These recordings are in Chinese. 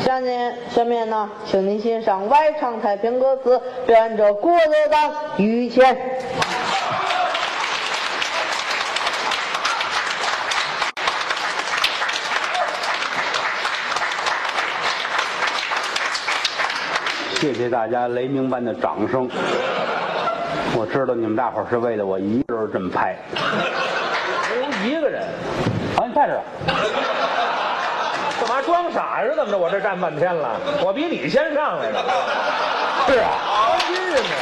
下面呢，请您欣赏外唱太平歌词，表演者郭德纲、于谦。 谢谢大家雷鸣般的掌声。我知道你们大伙儿是为了我一个人这么拍。 我一个人， 好，你在这儿。 干嘛装傻是怎么着？我这站半天了，我比你先上来的。 是啊， 高兴呢，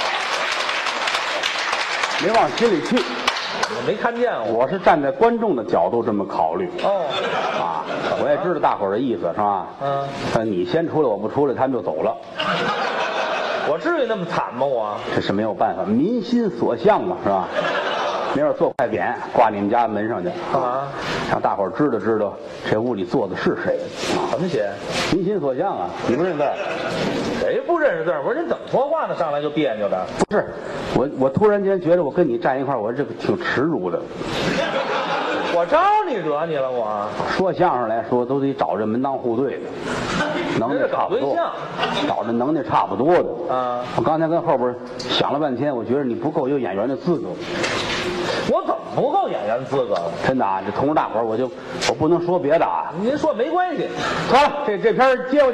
没往心里去。 我没看见我。 我是站在观众的角度这么考虑。 哦， 啊，我也知道大伙儿的意思是吧？ 嗯。 你先出来，我不出来，他们就走了。 我至于那么惨吗？我这是没有办法，民心所向嘛，是吧？明儿做块匾挂你们家门上去， 干嘛？ 让大伙儿知道知道这屋里坐的是谁。 怎么写？ 民心所向啊！你不认字儿？ 谁不认识字儿？我说你怎么说话呢？上来就别扭的。 不是，我突然间觉得我跟你站一块儿，我这个挺耻辱的。 我招你惹你了？我说相声来说，都得找这门当户对的，能耐差不多，找这能耐差不多的。 啊！ 我刚才跟后边想了半天，我觉得你不够有演员的资格。 我怎么不够演员资格了？ 真的啊，这同着大伙儿，我不能说别的啊。 您说没关系。 得了，这片儿接过去。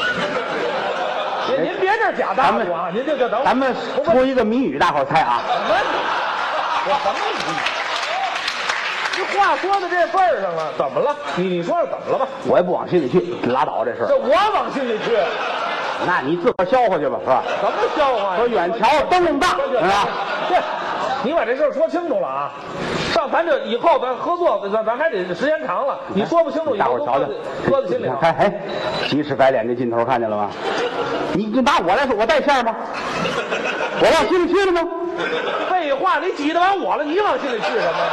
您别这假大度啊！您就等会儿。 咱们出一个谜语，大伙儿猜啊。 我什么谜语？这话说到这份儿上了，怎么了？你说说怎么了吧？ 我也不往心里去，拉倒这事儿。 这我往心里去。 那你自个儿消化去吧，是吧？ 什么消化呀？ 说远瞧灯大，是吧？ 这，你把这事儿说清楚了啊！咱这以后咱合作，咱还得时间长了。你说不清楚，以后大伙儿瞧瞧， 搁在心里头。 哎，急赤白脸这劲头看见了吗？你拿我来说，我带线吗？我往心里去了吗？ 废话，你挤得完我了，你往心里去什么呀？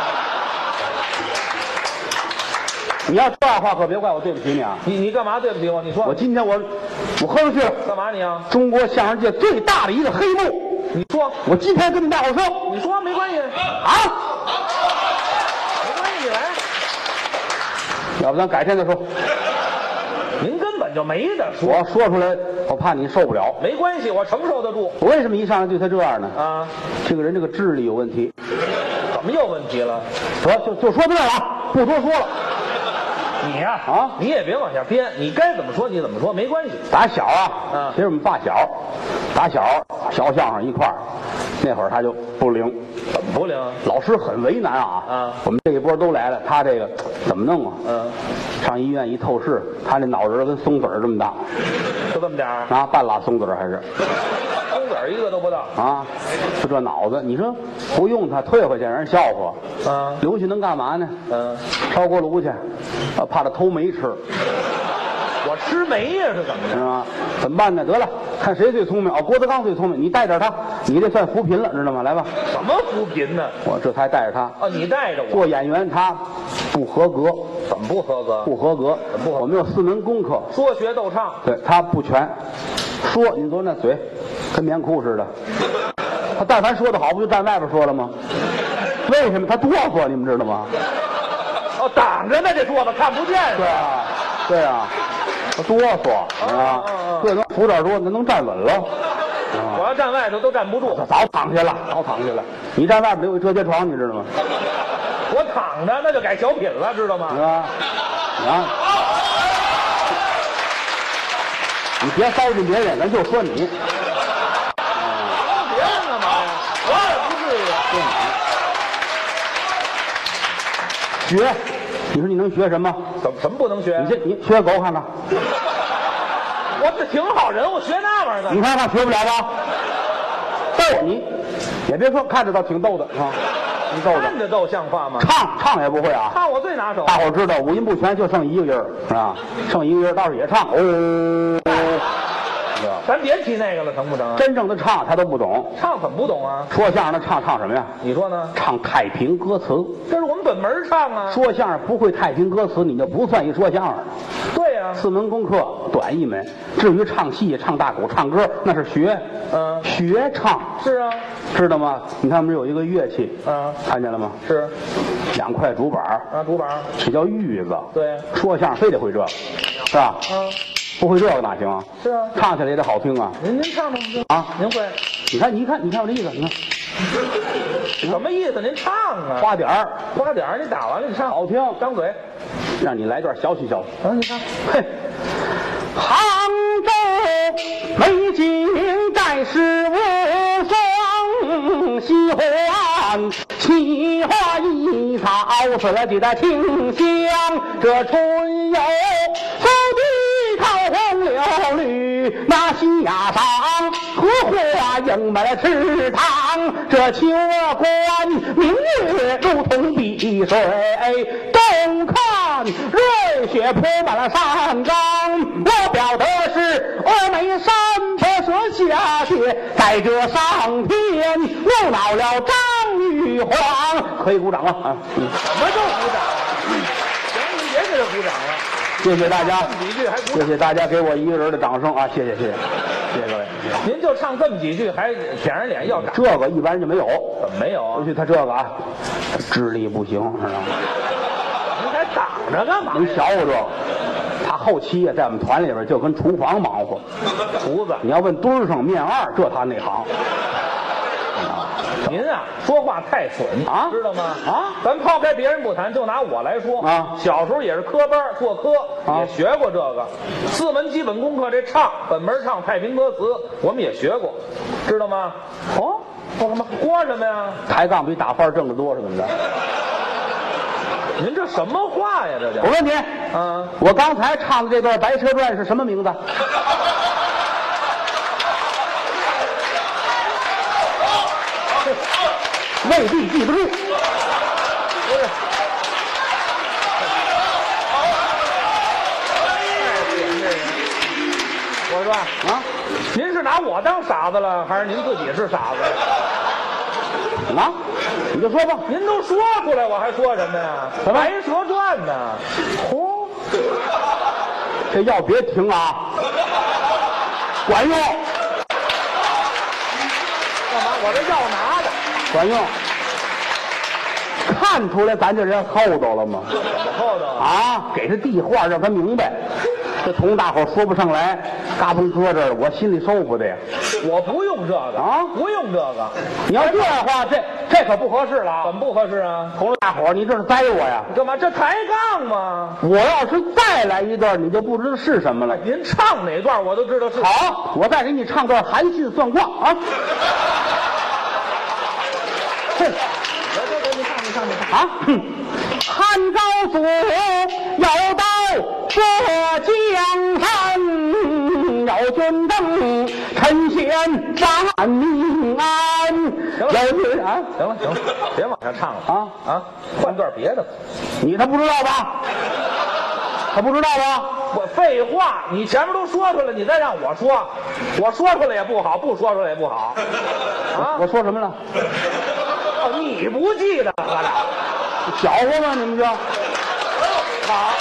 你要这样话可别怪我对不起你啊！ 你干嘛对不起我？你说我今天我喝出去了。 干嘛你啊？ 中国相声界最大的一个黑幕。 你说， 我今天跟你大伙说。 你说没关系啊？ 没关系，你来。 要不咱改天再说。 您根本就没得说。 我说出来，我怕你受不了。 没关系，我承受得住。 我为什么一上来对他这样呢？ 啊， 这个人这个智力有问题。 怎么有问题了？ 得，就说到这儿了啊，不多说了。 你呀， 啊， 你也别往下编，你该怎么说你怎么说，没关系。 打小啊，其实我们发小，打小学相声一块儿，那会儿他就不灵。 怎么不灵？ 老师很为难啊。 啊， 我们这一波都来了，他这个怎么弄啊？上医院一透视，他这脑仁跟松子儿这么大， 就这么点儿啊，半拉松子儿还是。 松子儿一个都不到啊，就这脑子，你说不用他退回去让人笑话， 啊， 留下能干嘛呢？烧锅炉去，怕他偷煤吃。 我吃煤呀，是怎么着？ 啊，怎么办呢？得了，看谁最聪明。郭德纲最聪明，你带着他，你这算扶贫了，知道吗？来吧。 什么扶贫呢？ 我这才带着他。 你带着我做演员，他不合格。 怎么不合格？ 不合格， 怎么不合格？ 我们有4门功课， 说学逗唱。 对他不全，说你说那嘴跟棉裤似的，他但凡说的好，不就站外边说了吗？为什么他哆嗦？你们知道吗？ 挡着呢，这桌子看不见。 对啊，对啊，他哆嗦啊，这能扶点桌，那能站稳了。 我要站外头都站不住， 早躺下了，早躺下了。你站外边留一折叠床，你知道吗？ 我躺着那就改小品了，知道吗？ 是吧？啊！你别糟践别人，咱就说你。 说别人干嘛呀？我也不至于。 学，你说你能学什么？ 什么不能学？ 你学狗看看。 我这挺好人，我学那玩意儿的。 你看看学不了吧？逗你，也别说看着倒挺逗的啊。 看着逗像话吗？ 唱也不会啊！ 唱我最拿手。 大伙知道五音不全，就剩一个音儿，是吧？剩一个音儿倒是也唱哦。 咱别提那个了，成不成？ 真正的唱他都不懂。 唱怎么不懂啊？ 说相声的唱什么呀？ 你说呢？ 唱太平歌词。 这是我们本门唱啊。 说相声不会太平歌词，你就不算一说相声的。 对呀，4 门功课，短1门。至于唱戏、唱大鼓、唱歌，那是学。学唱。 是啊。 知道吗？你看我们有一个乐器，看见了吗？ 是 ，2块竹板竹板， 这叫玉子。 对， 说相声非得会这个，是吧？ 不会这个哪行啊？ 是啊， 唱起来也得好听啊。 您唱唱啊， 您会？ 你看我这意思，你看什么意思？您唱啊， 花点儿， 你打完了你唱， 好听， 张嘴， 让你来段小曲小曲。 你唱。 嘿，杭州美景盖世无双，西环奇花异草色记得清香，这春有福地桃红柳绿，那西崖上荷花映满了池塘，这秋观明月如同碧水，东看瑞雪铺满了山岗，我表的是峨眉山坡蛇下雪，在这上天怒恼了张玉皇，可以鼓掌了啊！ 什么就鼓掌啊？行，您别给他鼓掌了。 谢谢大家， 几句还鼓掌？ 谢谢大家给我一个人的掌声啊！谢谢各位。 您就唱这么几句，还舔人脸要掌？ 这个一般人就没有， 怎么没有啊尤？其他这个啊，智力不行，知道吗？ 您还挡着干嘛您呀？ 瞧我这个，他后期啊，在我们团里边就跟厨房忙活。 厨子， 你要问墩儿上面二，这他内行。 您啊，说话太损啊知道吗？ 啊， 咱抛开别人不谈，就拿我来说啊小时候也是科班做科， 啊也学过这个4门基本功课，这唱本门唱太平歌词，我们也学过，知道吗？ 哦， 说什么？说什么呀？ 抬杠比打饭挣得多是怎么着？ 您这什么话呀？这叫我问你， 啊？ 我刚才唱的这段《白蛇传》是什么名字？未必记不住。 不是。我说啊您是拿我当傻子了，还是您自己是傻子？ 啊，你就说吧。 您都说出来，我还说什么呀？ 什么白蛇传呢？嚯！ 这药别停啊，管用， 干嘛？我这药拿着， 管用。看出来咱这人厚道了吗？ 怎么厚道啊？ 啊，给他递话让他明白。这同大伙说不上来，嘎嘣搁这儿，我心里受不得呀。 我不用这个啊不用这个， 你要这样的话，这可不合适了啊！ 怎么不合适啊？ 同大伙，你这是栽我呀！ 干嘛？这抬杠吗？ 我要是再来一段，你就不知道是什么了。 您唱哪段我都知道是。 好，我再给你唱段韩信算卦啊！哼你唱啊！哼汉高祖有道说江山，有军政，臣贤万民安。有人啊， 行了，别往下唱了啊！ 换段别的。 你他不知道吧？他不知道吧？ 我废话，你前面都说出来，你再让我说，我说出来也不好，不说出来也不好。啊我说什么了？ 哦，你不记得了？ 搅和吗？你们就好，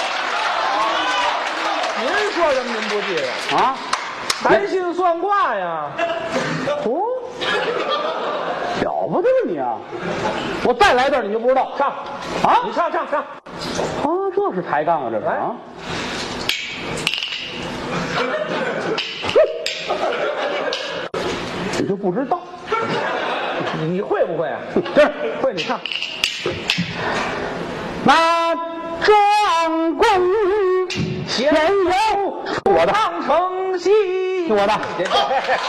您说什么您不记得？ 啊？ 韩信算卦呀？ 哦，了不得你啊！我再来段你就不知道。 唱啊你唱。 啊，这是抬杠啊，这是来啊！你就不知道， 你会不会啊？ 这会，你唱。 那庄公闲游，我的， 唱城西， 听我的， 别唱。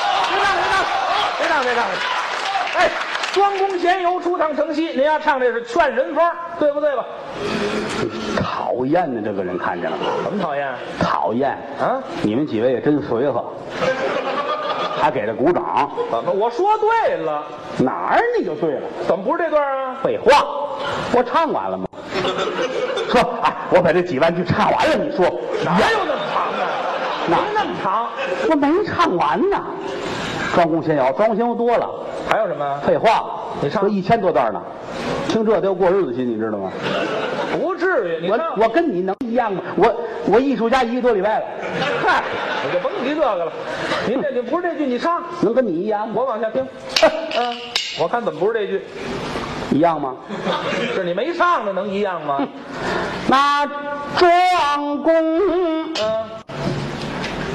哎，庄公闲游，初趟城西。您要唱这是劝人风，对不对吧？ 讨厌的这个人看见了吗？ 怎么讨厌讨厌啊？ 你们几位也真随和，还给他鼓掌， 怎么？我说对了， 哪儿你就对了？ 怎么不是这段啊？ 废话，我唱完了吗？说，哎，我把这几万句唱完了，你说哪有那么长的？没那么长。 我没唱完呢。庄公闲游，庄公闲游多了， 还有什么？ 废话， 你唱说1000多段呢，听这得有过日子心，你知道吗？ 不至于，你唱。 我跟你能一样吗？我艺术家1个多礼拜了， 嗨，我就甭提这个了。您这不是这句，你唱， 能跟你一样吗？ 我往下听。我看怎么不是这句？ 一样吗？ 是你没唱的，能一样吗？ 那庄公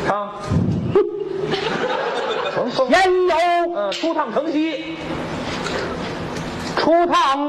出趟城西， 出趟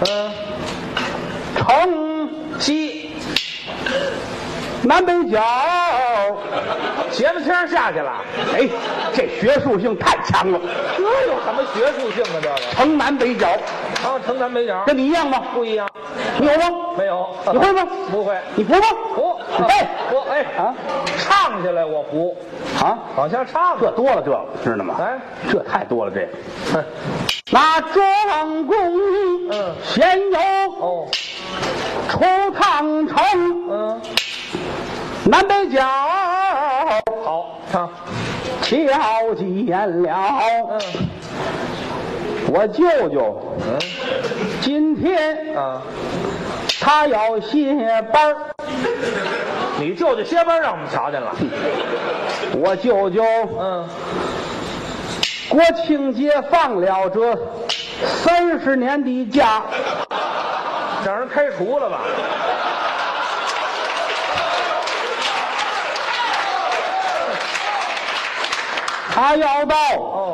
城西， 南北角。 斜子厅下去了。 哎，这学术性太强了。 这有什么学术性啊？这个城南北角， 啊，城南北角跟你一样吗？ 不一样。 你有吗？ 没有。 你会吗？ 不会。 你服吗？ 服。 哎， 服。哎啊， 唱下来我服。 啊， 往下唱。 这多了，这个知道吗？ 哎， 这太多了，这个。 哼那庄公先有哦， 出趟城，南北角好唱。 瞧见了，我舅舅，今天啊， 他要歇班儿， 你舅舅歇班让我们瞧见了。 我舅舅国庆节放了这30年的假， 让人开除了吧？ 他要到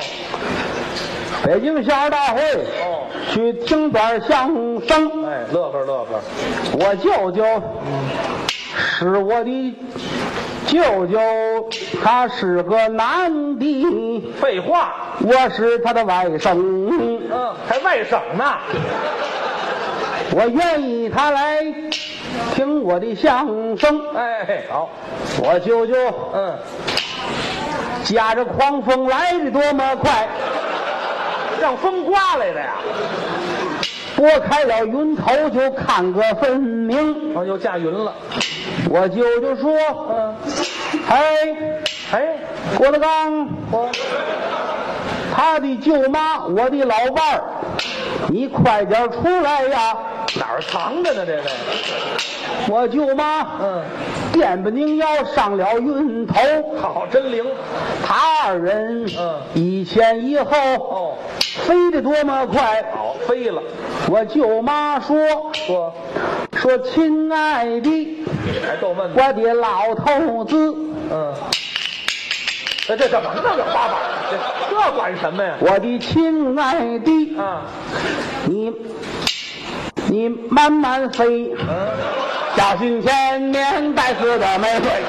北京相声大会去听段相声。 哎，乐呵乐呵。 我舅舅是我的舅舅，他是个男的。 废话。 我是他的外甥。 还外省呢。 我愿意他来听我的相声。 哎，好。 我舅舅驾着狂风来的多么快， 让风刮来的呀。 拨开了云头就看个分明。 又驾云了。 我舅舅说郭德纲，他的舅妈，我的老伴儿，你快点出来呀！ 哪儿藏着呢？这位。 我舅妈电不拧腰上了云头。 好，真灵。 他二人一前一后飞得多么快。 好，飞了。 我舅妈说亲爱的， 还逗闷我的老头子。 这怎么弄个花板？这管什么呀？ 我的亲爱的你慢慢飞，小心前面带刺的玫瑰。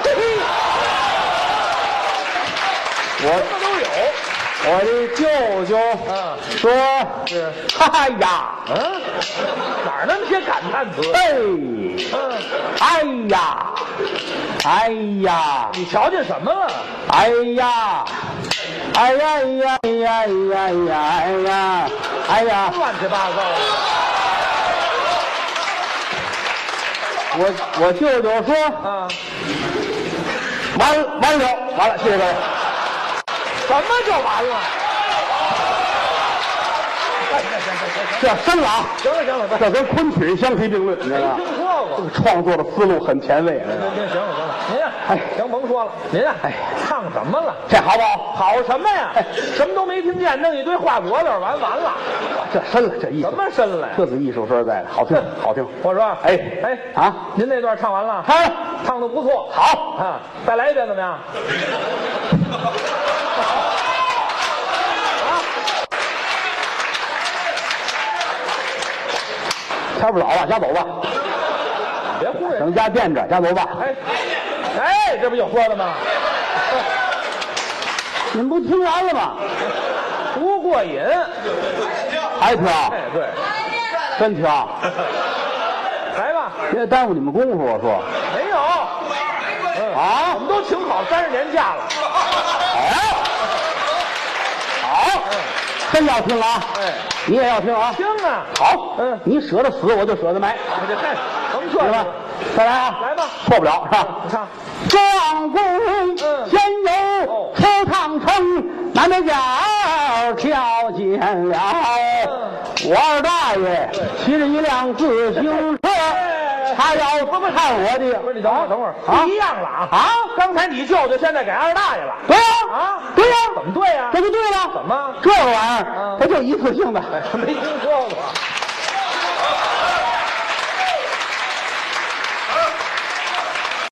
我都有。 我的舅舅说是哎呀哪儿那么些感叹词？ 哎呀哎呀， 你瞧见什么了？ 哎呀哎呀哎呀哎呀哎呀哎呀哎呀， 乱七八糟的。 我舅舅说完了，谢谢各位。 什么就完了？ 这深了啊！ 行了， 这跟昆曲相提并论，你知道吗？ 没听说过。 这个创作的思路很前卫。 行了，您呀，行，甭说了，您呀，唱什么了？ 这好不好？ 好什么呀？什么都没听见，弄一堆话跛子，完了。 这深了，这艺术什么深了呀？ 这是艺术，说实在的，好听。 我说，您那段唱完了，唱的不错，好啊，再来一遍怎么样？ 天不早了，家走吧。 别忽悠， 等家垫着，家走吧。 这不就说了吗？ 你们不听完了吗？ 不过瘾， 还听？ 对， 真听。 来吧， 别耽误你们功夫。我说没有。我们都请好30年假了。 好，真要听啊！你也要听啊！ 听啊！ 好，你舍得死，我就舍得埋。 甭说了， 再来啊！ 来吧， 错不了是吧？ 你唱。 庄公先有出趟城，南北角瞧见了，我二大爷骑着一辆自行车，他要看我的。 不是你等会儿，不一样了啊！刚才你舅舅，现在改二大爷了。 对呀，对呀， 怎么对呀？ 这就对了。 怎么？ 这个玩意儿，它就一次性的。 没听说过。